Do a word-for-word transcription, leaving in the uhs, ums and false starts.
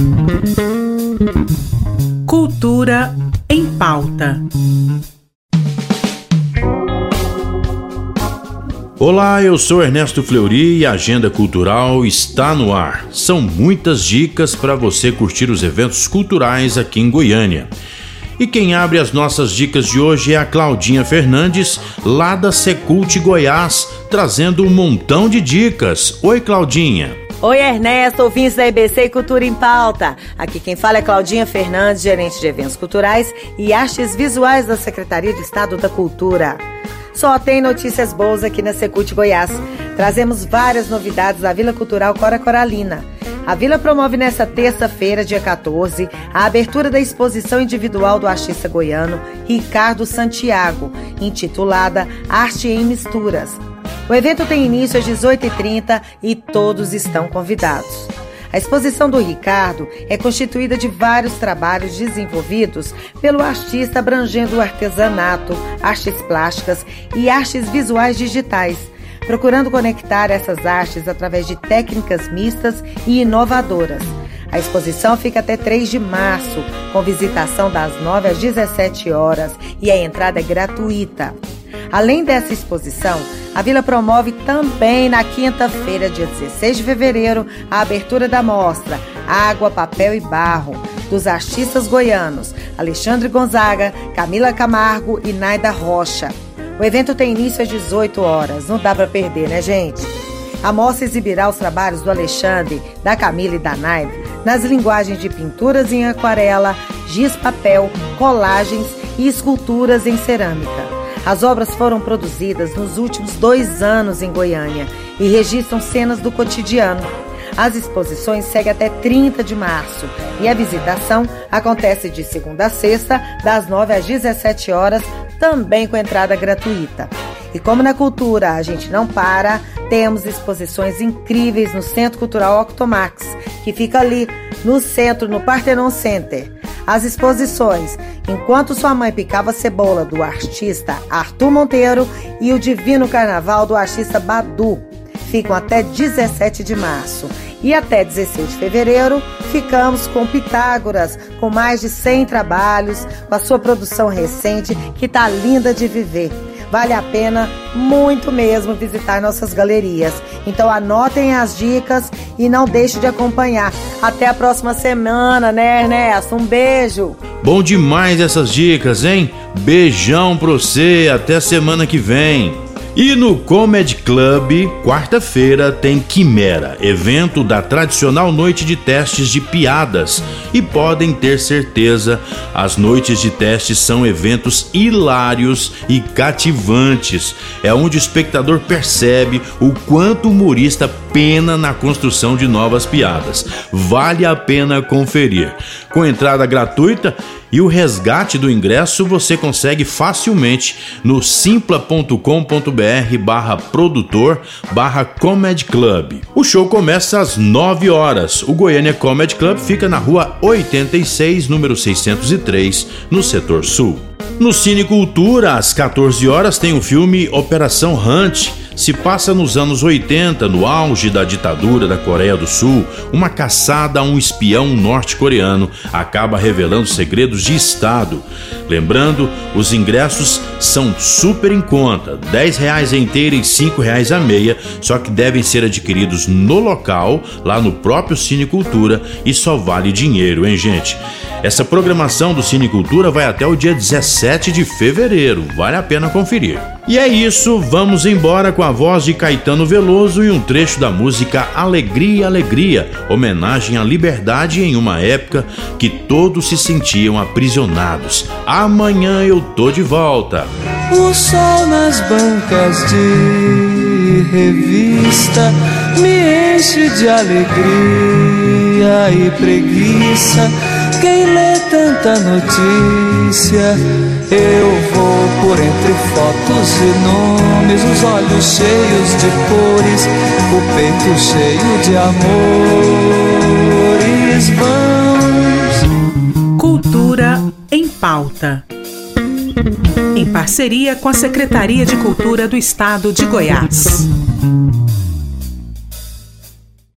Cultura em pauta. Olá, eu sou Ernesto Fleury e a Agenda Cultural está no ar. São muitas dicas para você curtir os eventos culturais aqui em Goiânia. E quem abre as nossas dicas de hoje é a Claudinha Fernandes, lá da Secult Goiás, trazendo um montão de dicas. Oi, Claudinha. Oi, Ernesto, ouvintes da I B C Cultura em Pauta. Aqui quem fala é Claudinha Fernandes, gerente de eventos culturais e artes visuais da Secretaria de Estado da Cultura. Só tem notícias boas aqui na Secult Goiás. Trazemos várias novidades da Vila Cultural Cora Coralina. A Vila promove nesta terça-feira, dia quatorze, a abertura da exposição individual do artista goiano Ricardo Santiago, intitulada Arte em Misturas. O evento tem início às dezoito e trinta e todos estão convidados. A exposição do Ricardo é constituída de vários trabalhos desenvolvidos pelo artista abrangendo o artesanato, artes plásticas e artes visuais digitais, procurando conectar essas artes através de técnicas mistas e inovadoras. A exposição fica até três de março, com visitação das nove às dezessete horas e a entrada é gratuita. Além dessa exposição, a Vila promove também na quinta-feira, dia dezesseis de fevereiro, a abertura da mostra Água, Papel e Barro, dos artistas goianos Alexandre Gonzaga, Camila Camargo e Naida Rocha. O evento tem início às dezoito horas, não dá para perder, né, gente? A mostra exibirá os trabalhos do Alexandre, da Camila e da Naida nas linguagens de pinturas em aquarela, giz papel, colagens e esculturas em cerâmica. As obras foram produzidas nos últimos dois anos em Goiânia e registram cenas do cotidiano. As exposições seguem até trinta de março e a visitação acontece de segunda a sexta, das nove às dezessete horas, também com entrada gratuita. E como na cultura a gente não para, temos exposições incríveis no Centro Cultural Octomax, que fica ali no centro, no Parthenon Center. As exposições Enquanto Sua Mãe Picava Cebola, do artista Arthur Monteiro, e O Divino Carnaval, do artista Badu, ficam até dezessete de março. E até dezesseis de fevereiro, ficamos com Pitágoras, com mais de cem trabalhos, com a sua produção recente, que tá linda de viver. Vale a pena muito mesmo visitar nossas galerias. Então anotem as dicas e não deixe de acompanhar. Até a próxima semana, né, Ernesto? Um beijo! Bom demais essas dicas, hein? Beijão pra você, até semana que vem. E no Comedy Club, quarta-feira, tem Quimera, evento da tradicional noite de testes de piadas. E podem ter certeza, as noites de testes são eventos hilários e cativantes. É onde o espectador percebe o quanto o humorista pena na construção de novas piadas. Vale a pena conferir. Com entrada gratuita e o resgate do ingresso você consegue facilmente no simpla.com.br barra produtor barra Comedy Club. O show começa às nove horas. O Goiânia Comedy Club fica na rua oitenta e seis, número seiscentos e três, no setor sul. No Cine Cultura, às quatorze horas, tem o filme Operação Hunt. Se passa nos anos oitenta, no auge da ditadura da Coreia do Sul. Uma caçada a um espião norte-coreano acaba revelando segredos de Estado. Lembrando, os ingressos são super em conta, dez reais a inteira e cinco reais a meia, só que devem ser adquiridos no local, lá no próprio Cine Cultura, e só vale dinheiro, hein, gente? Essa programação do Cine Cultura vai até o dia dezessete de fevereiro, vale a pena conferir. E é isso, vamos embora com a voz de Caetano Veloso e um trecho da música Alegria, Alegria, homenagem à liberdade em uma época que todos se sentiam aprisionados. Amanhã eu tô de volta. O sol nas bancas de revista me enche de alegria e preguiça. Quem lê tanta notícia, eu vou por entre fotos e nomes, os olhos cheios de cores, o peito cheio de amores. Vamos. Cultura em Pauta, em parceria com a Secretaria de Cultura do Estado de Goiás.